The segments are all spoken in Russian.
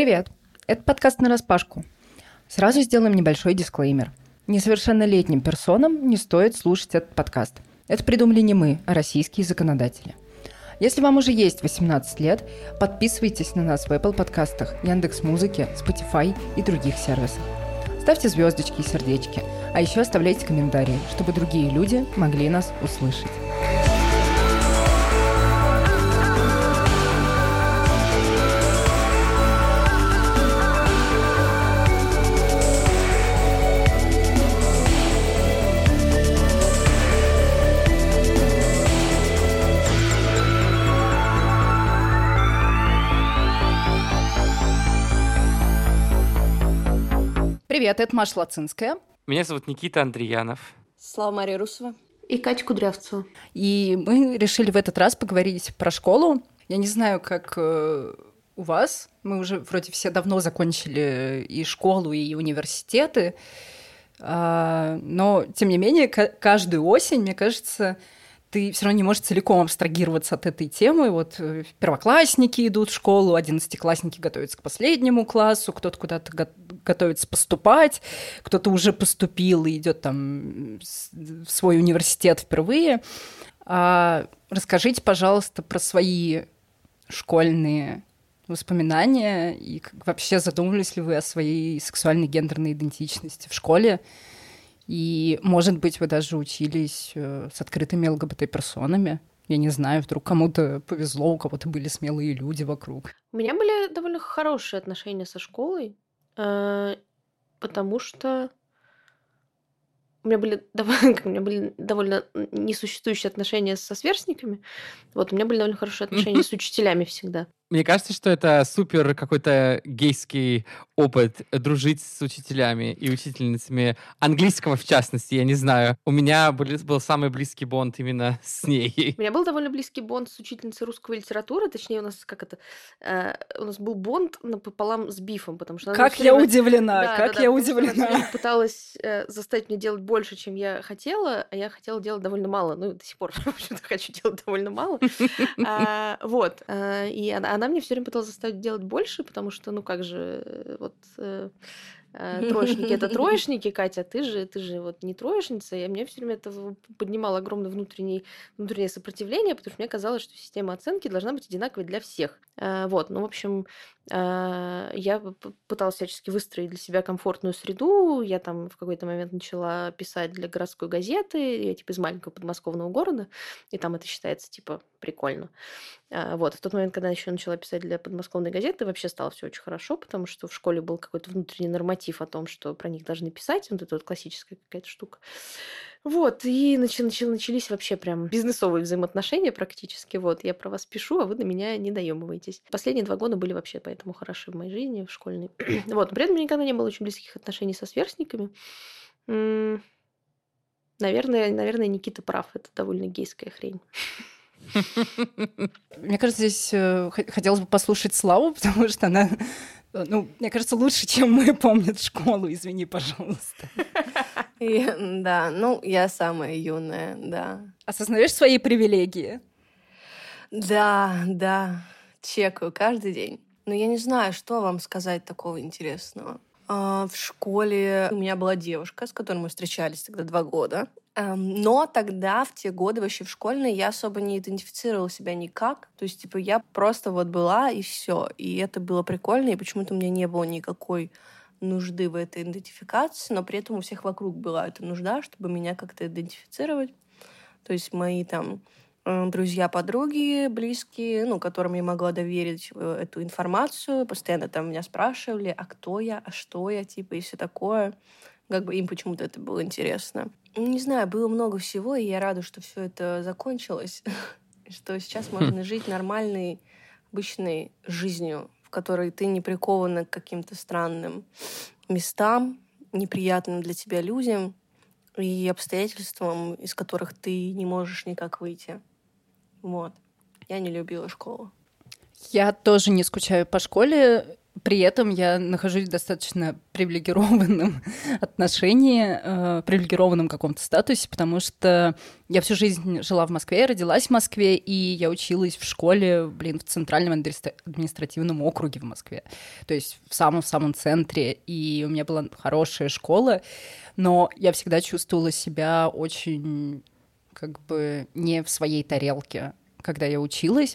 Привет! Это подкаст «Нараспашку». Сразу сделаем небольшой дисклеймер. Несовершеннолетним персонам не стоит слушать этот подкаст. Это придумали не мы, а российские законодатели. Если вам уже есть 18 лет, подписывайтесь на нас в Apple подкастах, Яндекс.Музыке, Spotify и других сервисах. Ставьте звездочки и сердечки, а еще оставляйте комментарии, чтобы другие люди могли нас услышать. Привет, это Маша Лацинская. Меня зовут Никита Андреянов. Слава Мария Русова. И Катя Кудрявцева. И мы решили в этот раз поговорить про школу. Я не знаю, как у вас. Мы уже вроде все давно закончили и школу, и университеты. Но, тем не менее, каждую осень, мне кажется, ты все равно не можешь целиком абстрагироваться от этой темы. Вот первоклассники идут в школу, одиннадцатиклассники готовятся к последнему классу, кто-то куда-то готовится поступать, кто-то уже поступил и идет там в свой университет впервые. Расскажите, пожалуйста, про свои школьные воспоминания и вообще задумывались ли вы о своей сексуальной гендерной идентичности в школе? И, может быть, вы даже учились с открытыми ЛГБТ-персонами. Я не знаю, вдруг кому-то повезло, у кого-то были смелые люди вокруг. У меня были довольно хорошие отношения со школой, потому что у меня были довольно несуществующие отношения со сверстниками. Вот, у меня были довольно хорошие отношения с учителями всегда. Мне кажется, что это супер какой-то гейский опыт дружить с учителями и учительницами английского, в частности, я не знаю. У меня был самый близкий бонд именно с ней. У меня был довольно близкий бонд с учительницей русской литературы, точнее, у нас был бонд напополам с бифом, потому что... Как я удивлена, я удивлена. Она пыталась заставить меня делать больше, чем я хотела, а я хотела делать довольно мало. Ну, до сих пор, в общем-то, хочу делать довольно мало. Вот. И она мне все время пыталась заставить делать больше, потому что, ну как же, вот троечники — это троечники, Катя, ты же вот не троечница, и мне все время это поднимало огромное внутреннее сопротивление, потому что мне казалось, что система оценки должна быть одинаковой для всех. Вот, ну, в общем, я пыталась всячески выстроить для себя комфортную среду, я там в какой-то момент начала писать для городской газеты, я типа из маленького подмосковного города, и там это считается типа прикольно. Вот, в тот момент, когда я еще начала писать для подмосковной газеты, вообще стало все очень хорошо, потому что в школе был какой-то внутренний норматив о том, что про них должны писать, вот это вот классическая какая-то штука. Вот, и начались вообще прям бизнесовые взаимоотношения практически. Вот, я про вас пишу, а вы на меня не доёбываетесь. Последние 2 года были вообще поэтому хороши в моей жизни, в школьной. Вот, но при этом у меня никогда не было очень близких отношений со сверстниками. Наверное, Никита прав, это довольно гейская хрень. Мне кажется, здесь хотелось бы послушать Славу, потому что она, мне кажется, лучше, чем мы помнят школу. Извини, пожалуйста. Да, я самая юная, да. Осознаешь свои привилегии? Да, чекаю каждый день. Но я не знаю, что вам сказать такого интересного. В школе у меня была девушка, с которой мы встречались тогда 2 года. Но тогда, в те годы, вообще в школьной, я особо не идентифицировала себя никак. То есть, типа, я просто вот была, и все. И это было прикольно, и почему-то у меня не было никакой нужды в этой идентификации, но при этом у всех вокруг была эта нужда, чтобы меня как-то идентифицировать. То есть мои там друзья-подруги близкие, которым я могла доверить эту информацию, постоянно там меня спрашивали, а кто я, а что я, типа, и все такое. Как бы им почему-то это было интересно. Не знаю, было много всего, и я рада, что все это закончилось, что сейчас можно жить нормальной, обычной жизнью, в которой ты не прикована к каким-то странным местам, неприятным для тебя людям и обстоятельствам, из которых ты не можешь никак выйти. Вот. Я не любила школу. Я тоже не скучаю по школе, При этом я нахожусь в достаточно привилегированном отношении, привилегированном каком-то статусе, потому что я всю жизнь жила в Москве, родилась в Москве, и я училась в школе, в Центральном административном округе в Москве. То есть в самом-самом центре. И у меня была хорошая школа, но я всегда чувствовала себя очень не в своей тарелке, когда я училась.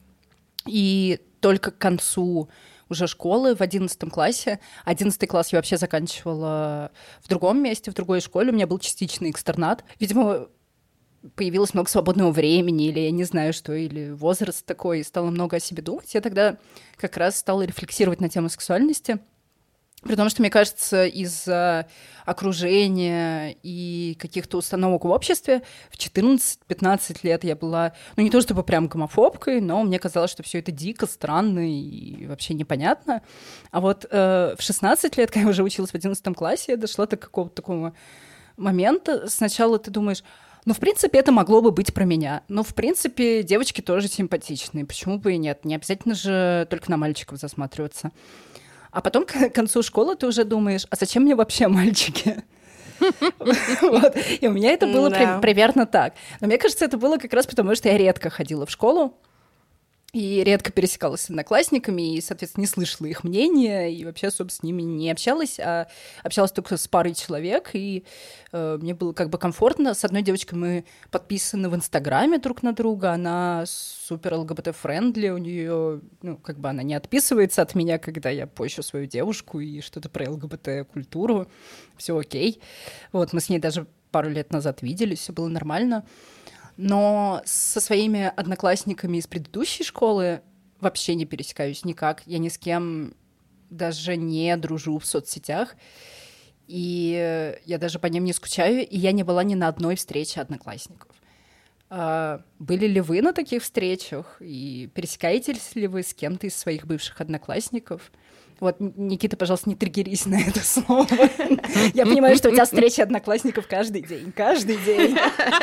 И только к концу уже школы в 11 классе. 11 класс я вообще заканчивала в другом месте, в другой школе. У меня был частичный экстернат. Видимо, появилось много свободного времени, или я не знаю что, или возраст такой, и стала много о себе думать. Я тогда как раз стала рефлексировать на тему сексуальности. При том, что, мне кажется, из-за окружения и каких-то установок в обществе в 14-15 лет я была, не то чтобы прям гомофобкой, но мне казалось, что все это дико, странно и вообще непонятно. А вот в 16 лет, когда я уже училась в 11 классе, я дошла до какого-то такого момента. Сначала ты думаешь, в принципе, это могло бы быть про меня. Но, в принципе, девочки тоже симпатичные. Почему бы и нет? Не обязательно же только на мальчиков засматриваться. А потом к концу школы ты уже думаешь, а зачем мне вообще мальчики? И у меня это было примерно так. Но мне кажется, это было как раз потому, что я редко ходила в школу и редко пересекалась с одноклассниками, и, соответственно, не слышала их мнения, и вообще особо с ними не общалась, а общалась только с парой человек, и мне было комфортно. С одной девочкой мы подписаны в Инстаграме друг на друга, она супер ЛГБТ-френдли, у нее, она не отписывается от меня, когда я пощу свою девушку и что-то про ЛГБТ-культуру, все окей. Вот, мы с ней даже пару лет назад виделись, все было нормально. Но со своими одноклассниками из предыдущей школы вообще не пересекаюсь никак. Я ни с кем даже не дружу в соцсетях. И я даже по ним не скучаю. И я не была ни на одной встрече одноклассников. Были ли вы на таких встречах? И пересекаетесь ли вы с кем-то из своих бывших одноклассников? Вот, Никита, пожалуйста, не триггерись на это слово. Я понимаю, что у тебя встречи одноклассников каждый день. Каждый день.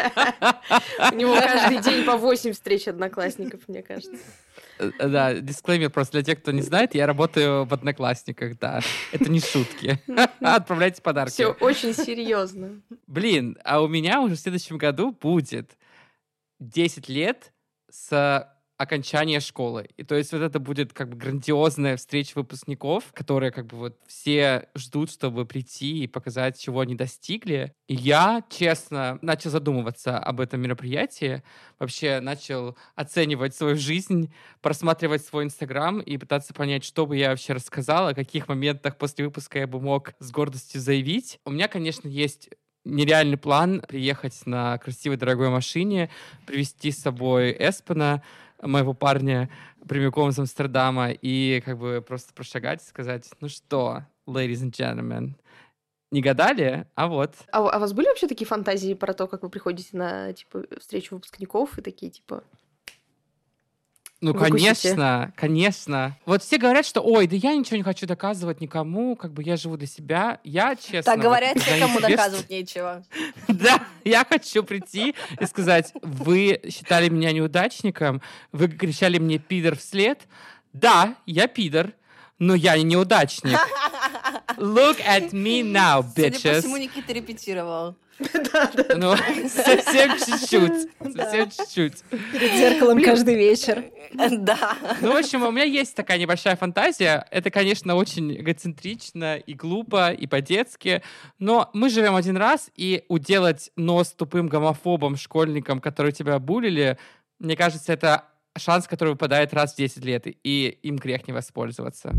У него каждый день по 8 встреч одноклассников, мне кажется. Да, дисклеймер просто для тех, кто не знает, я работаю в Одноклассниках, да. Это не шутки. Отправляйте подарки. Все очень серьезно. Блин, а у меня уже в следующем году будет 10 лет с окончания школы. И то есть вот это будет грандиозная встреча выпускников, которые все ждут, чтобы прийти и показать, чего они достигли. И я, честно, начал задумываться об этом мероприятии, вообще начал оценивать свою жизнь, просматривать свой Инстаграм и пытаться понять, что бы я вообще рассказал, о каких моментах после выпуска я бы мог с гордостью заявить. У меня, конечно, есть нереальный план приехать на красивой дорогой машине, привезти с собой Эспена, моего парня, прямиком из Амстердама, и просто прошагать и сказать, ну что, ladies and gentlemen, не гадали, а вот. А у вас были вообще такие фантазии про то, как вы приходите на, встречу выпускников и такие, Ну, конечно. Вот все говорят, что, ой, да я ничего не хочу доказывать никому, я живу для себя. Я, честно... Так говорят все, кому доказывать нечего. Да, я хочу прийти и сказать, вы считали меня неудачником, вы кричали мне «пидор» вслед. Да, я пидор, но я не неудачник. Look at me now, bitches. Судя по всему, Никита репетировал. Ну, совсем чуть-чуть. Перед зеркалом каждый вечер. Да. Ну, в общем, у меня есть такая небольшая фантазия. Это, конечно, очень эгоцентрично и глупо, и по-детски. Но мы живем один раз, и уделать нос тупым гомофобом, школьникам, которые тебя булили, мне кажется, это шанс, который выпадает раз в 10 лет, и им грех не воспользоваться.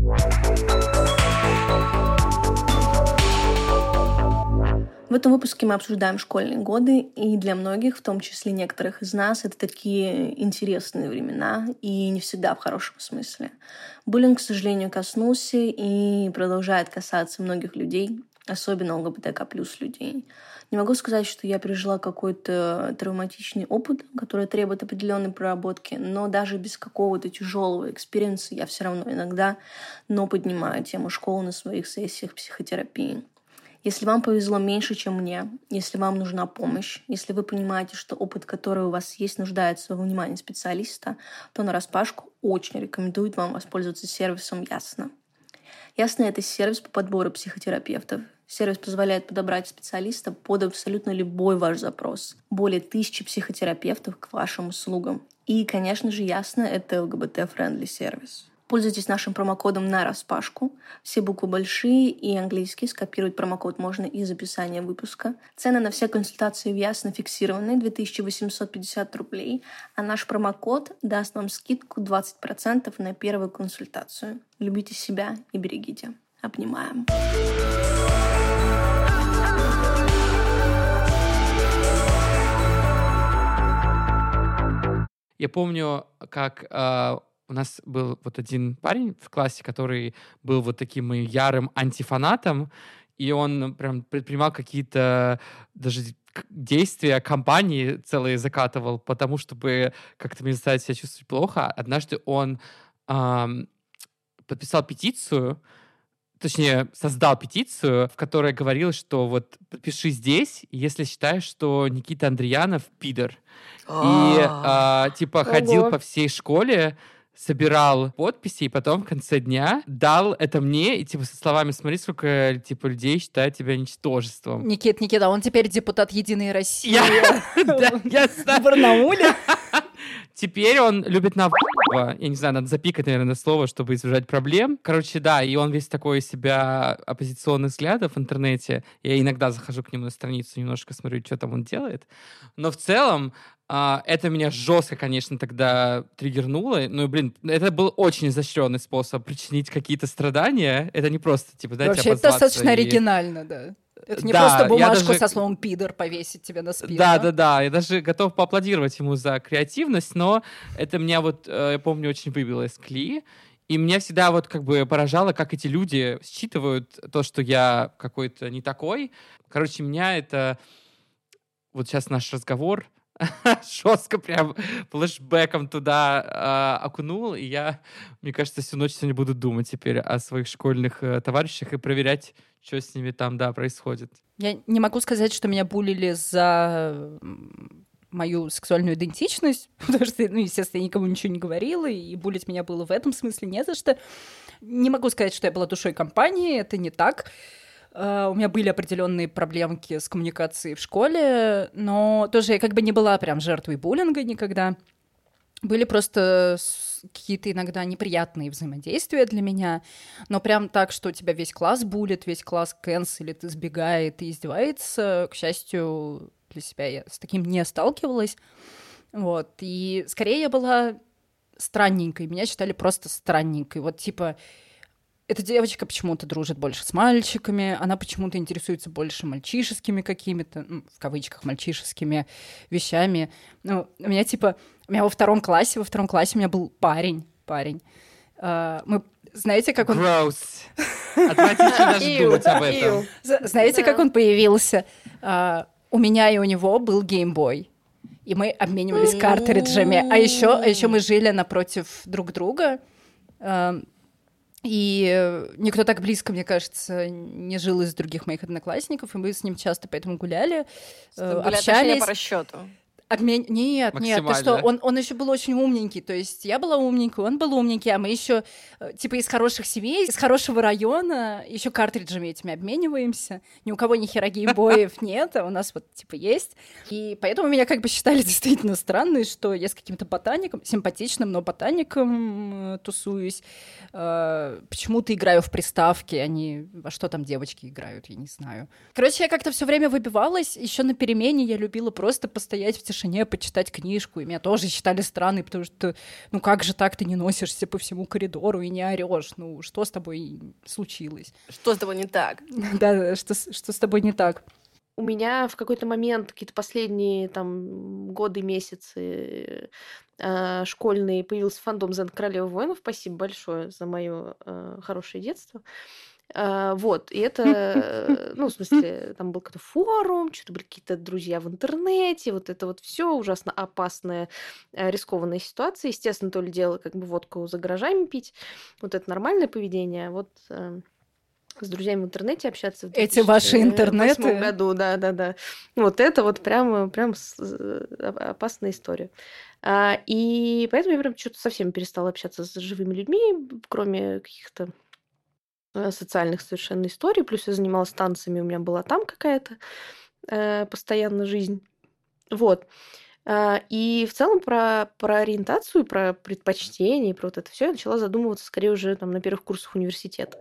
В этом выпуске мы обсуждаем школьные годы, и для многих, в том числе некоторых из нас, это такие интересные времена, и не всегда в хорошем смысле. Буллинг, к сожалению, коснулся и продолжает касаться многих людей, особенно ЛГБТК+ людей. Не могу сказать, что я пережила какой-то травматичный опыт, который требует определенной проработки, но даже без какого-то тяжелого экспириенса я все равно иногда поднимаю тему школы на своих сессиях психотерапии. Если вам повезло меньше, чем мне, если вам нужна помощь, если вы понимаете, что опыт, который у вас есть, нуждается во внимании специалиста, то нараспашку очень рекомендую вам воспользоваться сервисом Ясно. Ясно, это сервис по подбору психотерапевтов. Сервис позволяет подобрать специалиста под абсолютно любой ваш запрос. Более 1000 психотерапевтов к вашим услугам. И, конечно же, Ясно, это ЛГБТ-френдли сервис. Пользуйтесь нашим промокодом нараспашку. Все буквы большие и английские. Скопировать промокод можно из описания выпуска. Цены на все консультации в Ясно фиксированы 2850 рублей, а наш промокод даст вам скидку 20% на первую консультацию. Любите себя и берегите. Обнимаем. Я помню, как у нас был вот один парень в классе, который был вот таким моим ярым антифанатом, и он прям предпринимал какие-то даже действия, кампании целые закатывал, потому чтобы как-то мне заставить себя чувствовать плохо. Однажды он подписал петицию, точнее, создал петицию, в которой говорил, что вот подпиши здесь, если считаешь, что Никита Андреянов пидор. И типа ходил по всей школе, собирал подписи, и потом в конце дня дал это мне, и типа со словами: смотри, сколько типа людей считают тебя ничтожеством. Никита, он теперь депутат Единой России в Барнауле. Теперь он любит Я не знаю, надо запикать, наверное, слово, чтобы избежать проблем. Короче, да, и он весь такой из себя оппозиционных взглядов в интернете. Я иногда захожу к нему на страницу, немножко смотрю, что там он делает. Но в целом это меня жестко, конечно, тогда триггернуло. Ну, блин, это был очень изощренный способ причинить какие-то страдания. Это не просто, типа, дайте вообще, это достаточно оригинально, да. Это не просто бумажку со словом «пидор» повесить тебе на спину. Да. Я даже готов поаплодировать ему за креативность, но это меня вот, я помню, очень выбило из колеи. И меня всегда вот как бы поражало, как эти люди считывают то, что я какой-то не такой. Короче, меня это... Вот сейчас наш разговор жестко прям флешбэком туда окунул, и я, мне кажется, всю ночь сегодня буду думать теперь о своих школьных товарищах и проверять, что с ними там, да, происходит. Я не могу сказать, что меня булили за мою сексуальную идентичность, потому что, ну, естественно, я никому ничего не говорила, и булить меня было в этом смысле не за что. Не могу сказать, что я была душой компании, это не так. У меня были определенные проблемки с коммуникацией в школе, но тоже я как бы не была прям жертвой буллинга никогда. Были просто какие-то иногда неприятные взаимодействия для меня, но прям так, что тебя весь класс булит, весь класс кэнселит, избегает и издевается, к счастью, для себя я с таким не сталкивалась. Вот. И скорее я была странненькой, меня считали просто странненькой. Вот типа... Эта девочка почему-то дружит больше с мальчиками, она почему-то интересуется больше мальчишескими какими-то, ну, в кавычках, мальчишескими вещами. Ну, у меня во втором классе у меня был парень. Мы, знаете, как он... Gross. Отвратительно даже думать об этом. Знаете, как он появился? У меня и у него был геймбой. И мы обменивались картриджами. А еще мы жили напротив друг друга. И никто так близко, мне кажется, не жил из других моих одноклассников, и мы с ним часто поэтому гуляли, общались. По расчету. Нет, ты что, он еще был очень умненький, то есть я была умненькой, он был умненький, а мы еще типа из хороших семей, из хорошего района, еще картриджами этими обмениваемся, ни у кого ни хера геймбоев нет, а у нас вот типа есть, и поэтому меня как бы считали действительно странной, что я с каким-то ботаником, симпатичным, но ботаником тусуюсь, почему-то играю в приставки, а не во что там девочки играют, я не знаю. Короче, я как-то все время выбивалась, еще на перемене я любила просто постоять в тишине, почитать книжку, и меня тоже считали странной, потому что, ну как же так, ты не носишься по всему коридору и не орешь, ну что с тобой случилось? Что с тобой не так? Да, что с тобой не так? У меня в какой-то момент, какие-то последние там годы, месяцы школьные, появился фандом «Зена Королева воинов». Спасибо большое за мое хорошее детство. Вот, и это, ну, в смысле, там был какой-то форум, что-то были какие-то друзья в интернете, вот это вот все ужасно опасная, рискованная ситуация. Естественно, то ли дело как бы водку за гаражами пить, вот это нормальное поведение, вот с друзьями в интернете общаться в эти ваши интернеты году, да. Вот это вот прям опасная история. И поэтому я прям что-то совсем перестала общаться с живыми людьми, кроме каких-то социальных совершенно историй. Плюс я занималась танцами, у меня была там какая-то постоянно жизнь. Вот. И в целом про ориентацию, про предпочтения, про вот это все я начала задумываться скорее уже там на первых курсах университета.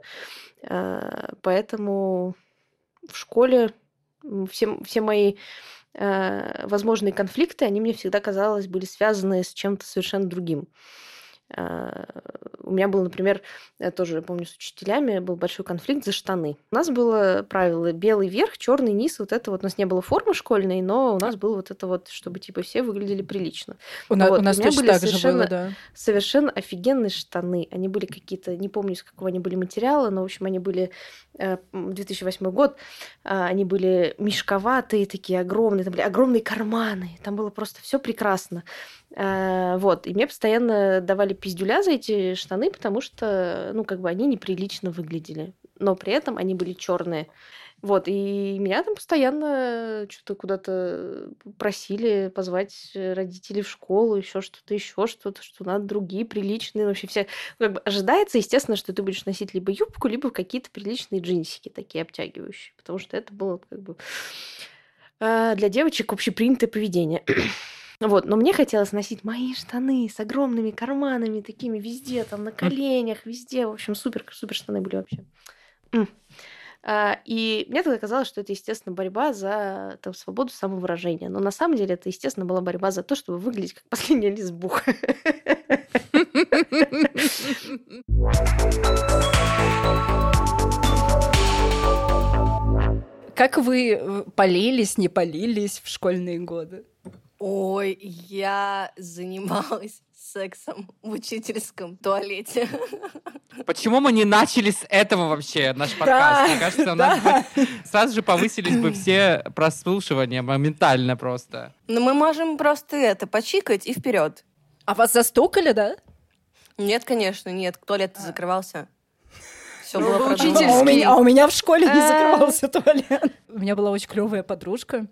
Поэтому в школе все мои возможные конфликты, они мне всегда, казалось, были связаны с чем-то совершенно другим. У меня был, например, я тоже помню, с учителями был большой конфликт за штаны. У нас было правило белый верх, черный низ, вот это вот. У нас не было формы школьной, но у нас было вот это вот, чтобы типа все выглядели прилично. У нас меня точно были так же было, да. совершенно офигенные штаны. Они были какие-то, не помню, из какого они были материала, но, в общем, они были 2008 год, они были мешковатые, такие огромные, там были огромные карманы, там было просто все прекрасно. Вот, и мне постоянно давали пиздюля за эти штаны, потому что, ну, как бы они неприлично выглядели, но при этом они были черные. Вот, и меня там постоянно что-то куда-то просили позвать родителей в школу, еще что-то, что надо другие приличные. Вообще все, как бы ожидается, естественно, что ты будешь носить либо юбку, либо какие-то приличные джинсики такие обтягивающие, потому что это было как бы для девочек общепринятое поведение. Вот, но мне хотелось носить мои штаны с огромными карманами, такими везде, там, на коленях, везде. В общем, супер штаны были вообще. И мне тогда казалось, что это, естественно, борьба за там, свободу самовыражения. Но на самом деле это, естественно, была борьба за то, чтобы выглядеть как последняя лесбуха. Как вы палились, не палились в школьные годы? Ой, я занималась сексом в учительском туалете. Почему мы не начали с этого вообще, наш подкаст? Мне кажется, у нас бы сразу же повысились бы все прослушивания моментально просто. Но мы можем просто почикать и вперед. А вас застукали, да? Нет, конечно, нет. Туалет закрывался. Все Ну, было вы продумано. учительский. А у меня в школе не закрывался туалет. У меня была очень клевая подружка.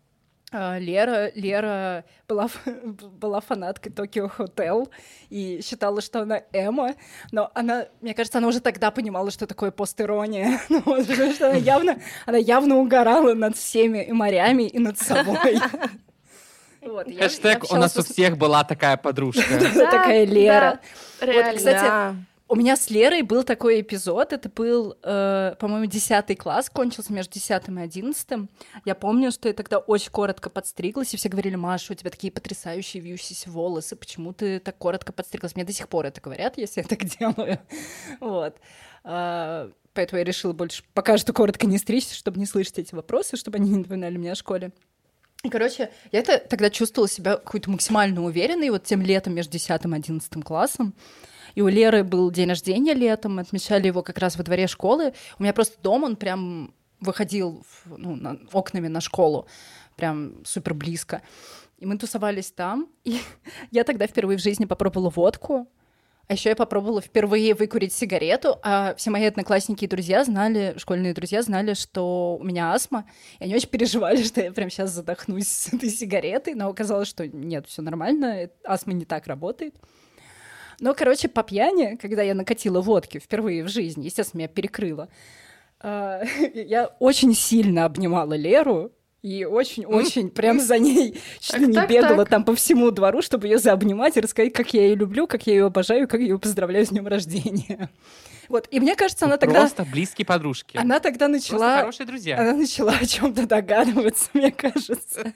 Лера была фанаткой Tokyo Hotel и считала, что она эмо, но мне кажется, она уже тогда понимала, что такое постирония. Потому что она явно угорала над всеми морями и над собой. Хэштег «У нас у всех была такая подружка». Такая Лера. Реально. Кстати, у меня с Лерой был такой эпизод, это был, по-моему, 10 класс, кончился между 10 и 11. Я помню, что я тогда очень коротко подстриглась, и все говорили: Маша, у тебя такие потрясающие вьющиеся волосы, почему ты так коротко подстриглась? Мне до сих пор это говорят, если я так делаю. Вот. Поэтому я решила больше пока что коротко не стричься, чтобы не слышать эти вопросы, чтобы они не напоминали мне о школе. И, короче, я тогда чувствовала себя какой-то максимально уверенной, вот тем летом между 10 и 11 классом. И у Леры был день рождения летом, мы отмечали его как раз во дворе школы. У меня просто дом, он прям выходил окнами на школу, прям супер близко. И мы тусовались там, и я тогда впервые в жизни попробовала водку, а еще я попробовала впервые выкурить сигарету, а все мои одноклассники и друзья школьные друзья знали, что у меня астма, и они очень переживали, что я прям сейчас задохнусь с этой сигаретой, но оказалось, что нет, все нормально, астма не так работает. Но, короче, по пьяни, когда я накатила водки впервые в жизни, естественно, меня перекрыло, я очень сильно обнимала Леру и очень-очень прям за ней чуть ли не бегала там по всему двору, чтобы ее заобнимать и рассказать, как я ее люблю, как я ее обожаю, как я ее поздравляю с днем рождения. Вот. И мне кажется, она тогда... Просто близкие подружки. Она тогда начала... Просто хорошие друзья. Она начала о чем-то догадываться, мне кажется.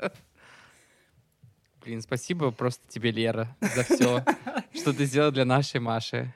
Блин, спасибо просто тебе, Лера, за все, что ты сделала для нашей Маши.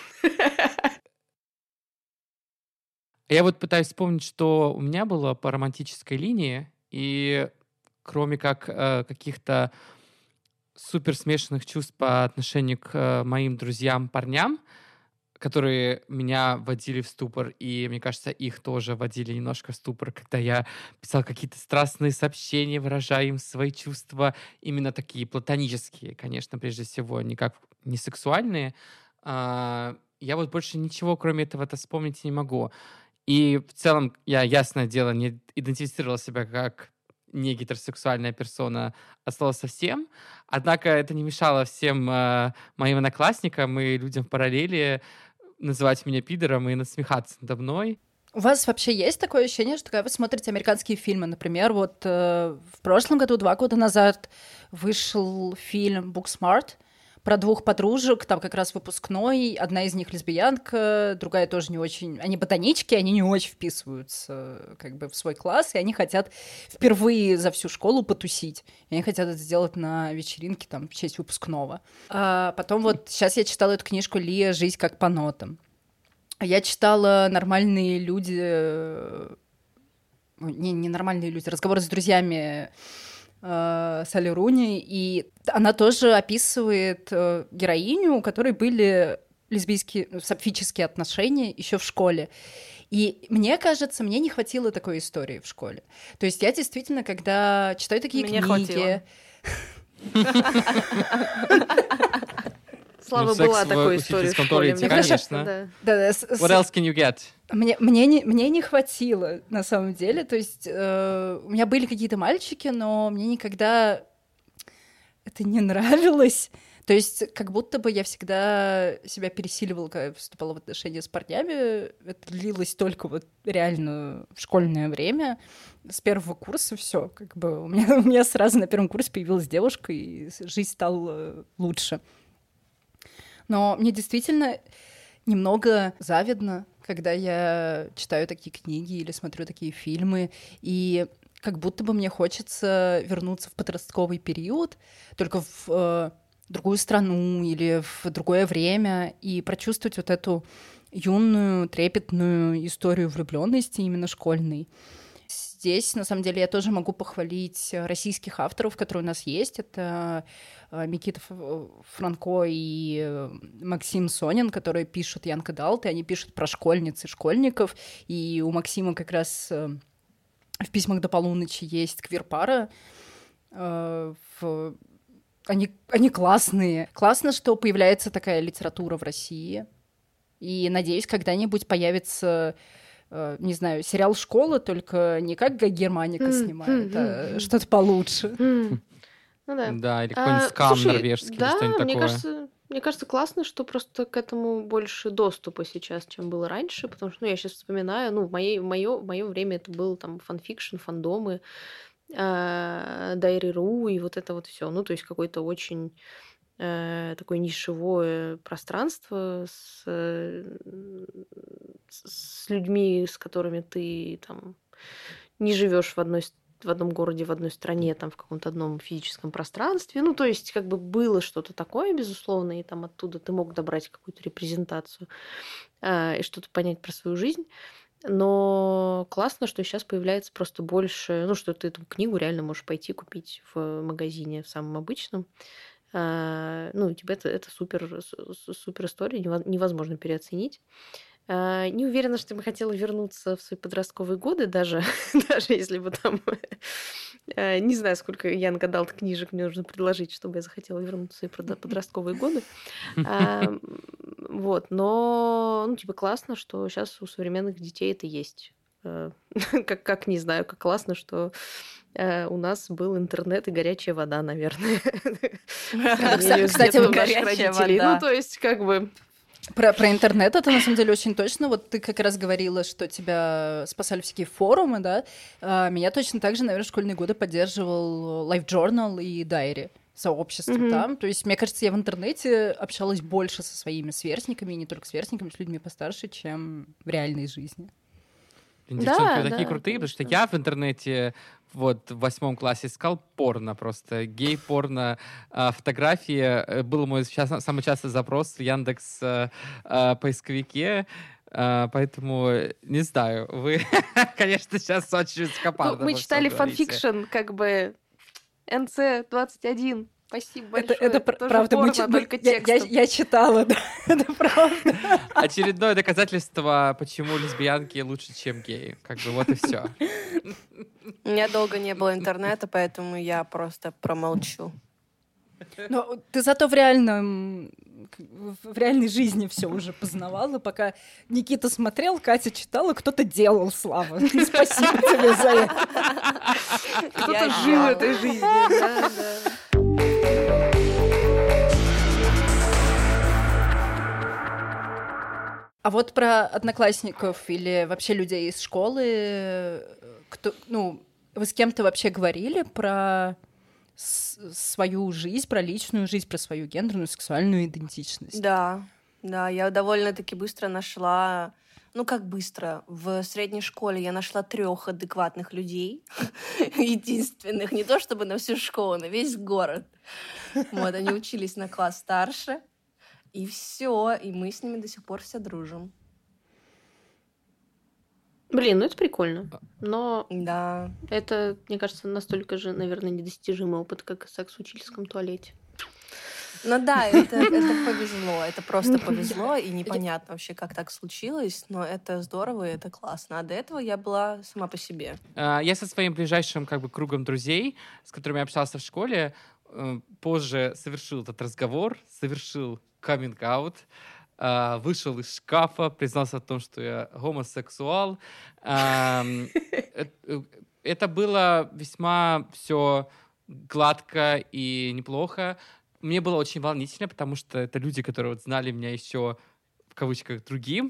Я вот пытаюсь вспомнить, что у меня было по романтической линии, и кроме как каких-то супер смешанных чувств по отношению к моим друзьям-парням, которые меня вводили в ступор, и, мне кажется, их тоже вводили немножко в ступор, когда я писал какие-то страстные сообщения, выражая им свои чувства, именно такие платонические, конечно, прежде всего, никак не сексуальные. Я вот больше ничего, кроме этого-то, вспомнить не могу. И в целом я, ясное дело, не идентифицировал себя как не гетеросексуальная персона от слова совсем. Однако это не мешало всем моим одноклассникам и людям в параллели называть меня пидором и насмехаться надо мной. У вас вообще есть такое ощущение, что когда вы смотрите американские фильмы, например, вот в прошлом году, 2 года назад, вышел фильм «Booksmart» про 2 подружек, там как раз выпускной, одна из них лесбиянка, другая тоже не очень... Они ботанички, они не очень вписываются как бы в свой класс, и они хотят впервые за всю школу потусить. И они хотят это сделать на вечеринке там, в честь выпускного. А потом вот сейчас я читала эту книжку «Лия. Жизнь как по нотам». Я читала «Нормальные люди», не «Нормальные люди», «Разговоры с друзьями» Салли Руни, и она тоже описывает героиню, у которой были лесбийские, сапфические отношения еще в школе. И мне кажется, мне не хватило такой истории в школе. То есть я действительно, когда читаю такие книги... Слава, была такой история в школе. Конечно. What else can you get? Мне не хватило, на самом деле. То есть у меня были какие-то мальчики, но мне никогда это не нравилось. То есть как будто бы я всегда себя пересиливала, когда я вступала в отношения с парнями. Это длилось только вот реально в школьное время. С 1-го курса все. Как бы у меня сразу на 1-м курсе появилась девушка, и жизнь стала лучше. Но мне действительно немного завидно, когда я читаю такие книги или смотрю такие фильмы, и как будто бы мне хочется вернуться в подростковый период, только в другую страну или в другое время, и прочувствовать вот эту юную, трепетную историю влюбленности именно школьной. Здесь, на самом деле, я тоже могу похвалить российских авторов, которые у нас есть. Это Микита Франко и Максим Сонин, которые пишут Young Adult, и они пишут про школьниц и школьников. И у Максима как раз в «Письмах до полуночи» есть квир-пара. Они классные. Классно, что появляется такая литература в России. И, надеюсь, когда-нибудь появится... не знаю, сериал «Школа», только не как Германика снимает, а что-то получше. Ну да. Да, или какой-нибудь скам норвежский, или что-нибудь такое. Мне кажется, классно, что просто к этому больше доступа сейчас, чем было раньше, потому что, я сейчас вспоминаю, в моё время это был там фанфикшн, фандомы, Дайри.ру и вот это вот все. То есть какое-то очень такое нишевое пространство с людьми, с которыми ты там не живешь в одном городе, в одной стране, там в каком-то одном физическом пространстве. То есть как бы было что-то такое, безусловно, и там оттуда ты мог добрать какую-то репрезентацию и что-то понять про свою жизнь. Но классно, что сейчас появляется просто больше, что ты эту книгу реально можешь пойти купить в магазине, в самом обычном. Типа это супер история, невозможно переоценить. Не уверена, что я бы хотела вернуться в свои подростковые годы, даже если бы там... Не знаю, сколько Young Adult книжек мне нужно предложить, чтобы я захотела вернуться в свои подростковые годы. Вот, но, типа, классно, что сейчас у современных детей это есть. Как не знаю, как классно, что у нас был интернет и горячая вода, наверное. Кстати, горячая вода. То есть, как бы... Про интернет это, на самом деле, очень точно. Вот ты как раз говорила, что тебя спасали всякие форумы, да? Меня точно так же, наверное, в школьные годы поддерживал Life Journal и Diary, сообщество там. То есть, мне кажется, я в интернете общалась больше со своими сверстниками, и не только сверстниками, с людьми постарше, чем в реальной жизни. Девчонки, вы такие крутые, потому что я в интернете в 8 классе искал порно просто. Гей-порно, фотографии. Был мой самый частый запрос в Яндекс поисковике. Поэтому, не знаю, вы, конечно, сейчас очень высокопарно. Мы читали фанфикшн, как бы, НЦ-21. Спасибо большое. Это правда, только текстом. Я читала, да, это правда. Очередное доказательство, почему лесбиянки лучше, чем геи. Как бы вот и все. У меня долго не было интернета, поэтому я просто промолчу. Но ты зато в реальной жизни все уже познавала, пока Никита смотрел, Катя читала, кто-то делал, Слава. Спасибо тебе за это. Кто-то жил этой жизнью. А вот про одноклассников или вообще людей из школы, вы с кем-то вообще говорили про свою жизнь, про личную жизнь, про свою гендерную, сексуальную идентичность? Да, я довольно-таки быстро нашла... как быстро? В средней школе я нашла 3 адекватных людей, единственных, не то чтобы на всю школу, на весь город. Вот, они учились на класс старше, и все, и мы с ними до сих пор все дружим. Блин, это прикольно. Но да. Это, мне кажется, настолько же, наверное, недостижимый опыт, как и секс в учительском туалете. Да, это повезло, это просто повезло, и непонятно вообще, как так случилось, но это здорово, и это классно. А до этого я была сама по себе. Я со своим ближайшим кругом друзей, с которыми я общался в школе, позже совершил этот разговор, совершил каминг-аут, вышел из шкафа, признался в том, что я гомосексуал. Это было весьма все гладко и неплохо. Мне было очень волнительно, потому что это люди, которые знали меня еще в кавычках другим.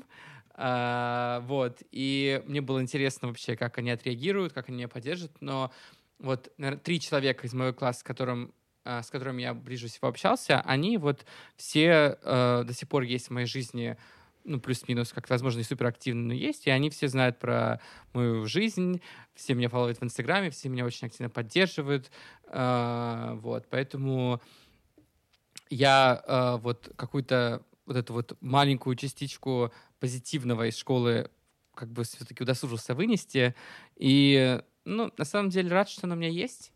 И мне было интересно вообще, как они отреагируют, как они меня поддержат. Но наверное, 3 человека из моего класса, с которыми я ближе всего общался, они все до сих пор есть в моей жизни, плюс-минус, как возможно, не суперактивно, но есть, и они все знают про мою жизнь, все меня фолловят в Инстаграме, все меня очень активно поддерживают, поэтому я какую-то эту маленькую частичку позитивного из школы все-таки удосужился вынести, и, на самом деле рад, что она у меня есть,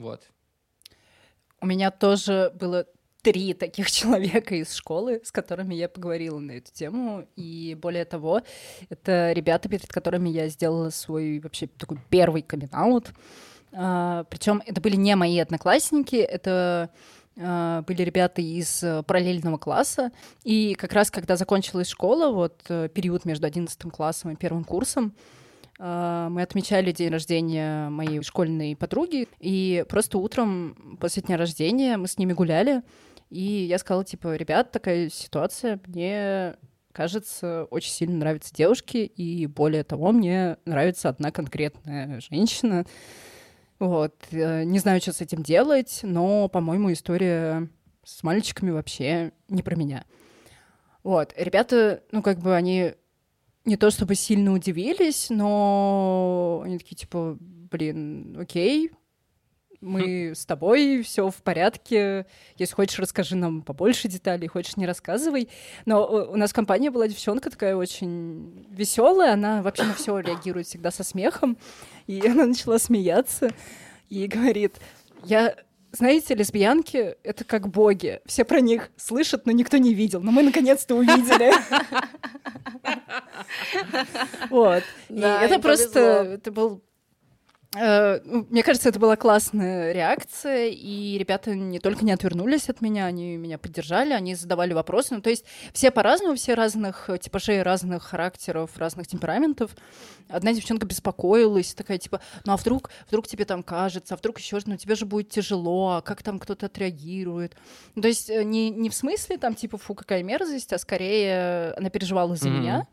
У меня тоже было 3 таких человека из школы, с которыми я поговорила на эту тему. И более того, это ребята, перед которыми я сделала свой вообще такой первый камин-аут. Причем это были не мои одноклассники, это были ребята из параллельного класса. И как раз, когда закончилась школа, период между 11 классом и 1 курсом, мы отмечали день рождения моей школьной подруги, и просто утром после дня рождения мы с ними гуляли, и я сказала, ребят, такая ситуация, мне кажется, очень сильно нравятся девушки, и более того, мне нравится одна конкретная женщина. Не знаю, что с этим делать, но, по-моему, история с мальчиками вообще не про меня. Ребята, они... не то чтобы сильно удивились, но они такие, блин, окей, мы с тобой, все в порядке, если хочешь, расскажи нам побольше деталей, хочешь, не рассказывай. Но у нас в компании была девчонка такая очень веселая, она вообще на все реагирует всегда со смехом, и она начала смеяться и говорит, знаете, лесбиянки — это как боги. Все про них слышат, но никто не видел. Но мы наконец-то увидели. И это просто... Это был... Мне кажется, это была классная реакция, и ребята не только не отвернулись от меня, они меня поддержали, они задавали вопросы. То есть все по-разному, все разных типажей, разных характеров, разных темпераментов. Одна девчонка беспокоилась, такая, а вдруг тебе там кажется, а вдруг еще, тебе же будет тяжело, а как там кто-то отреагирует. То есть не в смысле там, фу, какая мерзость, а скорее она переживала за меня.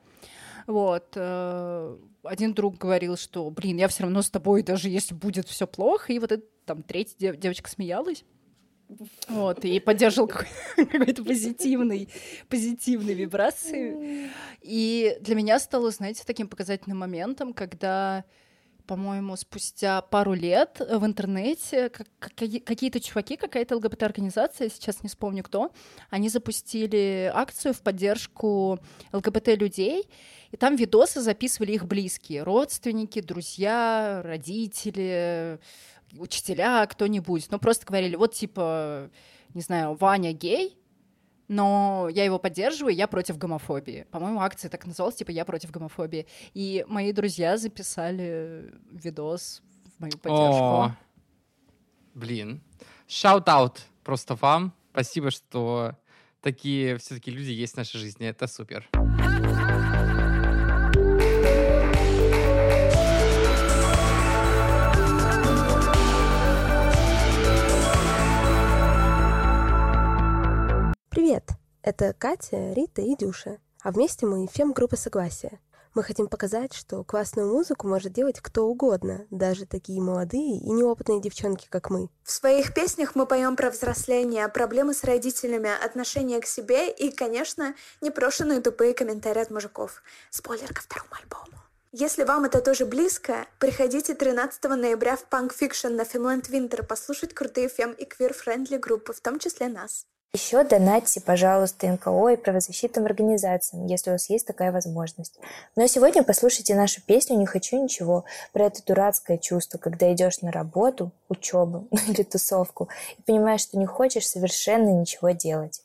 Один друг говорил, что, я все равно с тобой, даже если будет все плохо. И третья девочка смеялась. И поддерживал какой-то позитивной вибрации. И для меня стало, знаете, таким показательным моментом, когда, по-моему, спустя пару лет в интернете какие-то чуваки, какая-то ЛГБТ-организация, сейчас не вспомню кто, они запустили акцию в поддержку ЛГБТ-людей, и там видосы записывали их близкие, родственники, друзья, родители, учителя, кто-нибудь. Просто говорили, не знаю, Ваня гей, но я его поддерживаю, я против гомофобии. По-моему, акция так называлась, я против гомофобии. И мои друзья записали видос в мою поддержку. Блин. Шаут-аут просто вам. Спасибо, что такие все-таки люди есть в нашей жизни. Это супер. Привет! Это Катя, Рита и Дюша. А вместе мы фем-группа «Согласие». Мы хотим показать, что классную музыку может делать кто угодно, даже такие молодые и неопытные девчонки, как мы. В своих песнях мы поем про взросление, проблемы с родителями, отношение к себе и, конечно, непрошенные тупые комментарии от мужиков. Спойлер ко второму альбому. Если вам это тоже близко, приходите 13 ноября в Punk Fiction на Finland Winter послушать крутые фем- и квир-френдли группы, в том числе нас. Еще донатьте, пожалуйста, НКО и правозащитным организациям, если у вас есть такая возможность. Ну а сегодня послушайте нашу песню «Не хочу ничего» про это дурацкое чувство, когда идешь на работу, учебу или тусовку и понимаешь, что не хочешь совершенно ничего делать.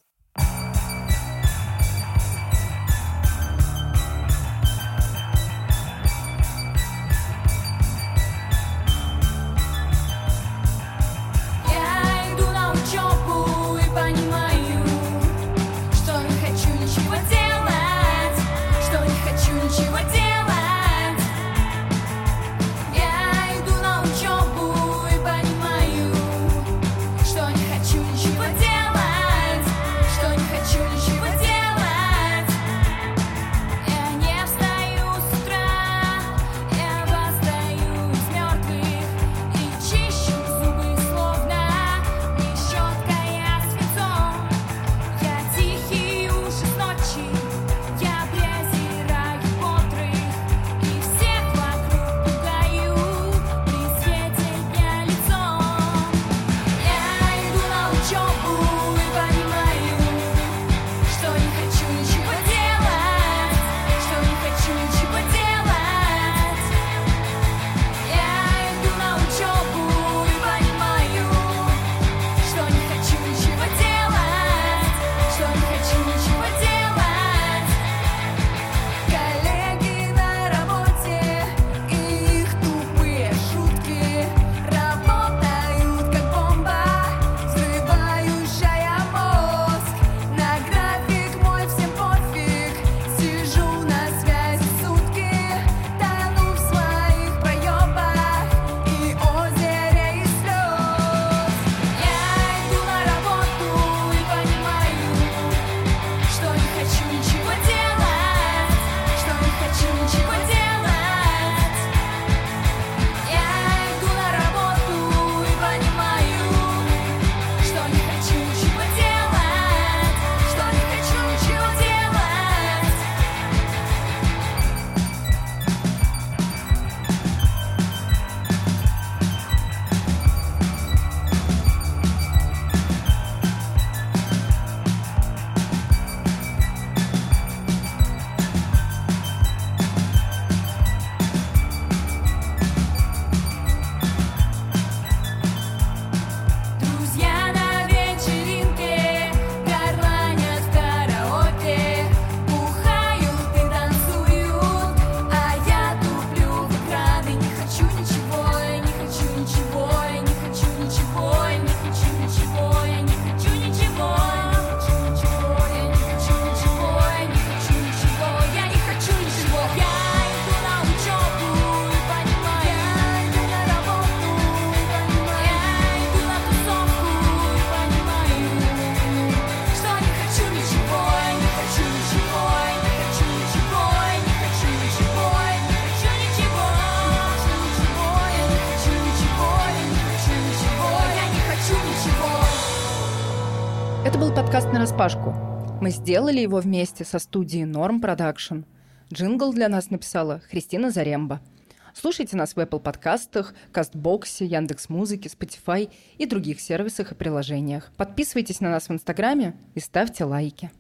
Это был подкаст «Нараспашку». Мы сделали его вместе со студией Norm Production. Джингл для нас написала Христина Заремба. Слушайте нас в Apple подкастах, Кастбоксе, Яндекс.Музыке, Spotify и других сервисах и приложениях. Подписывайтесь на нас в Инстаграме и ставьте лайки.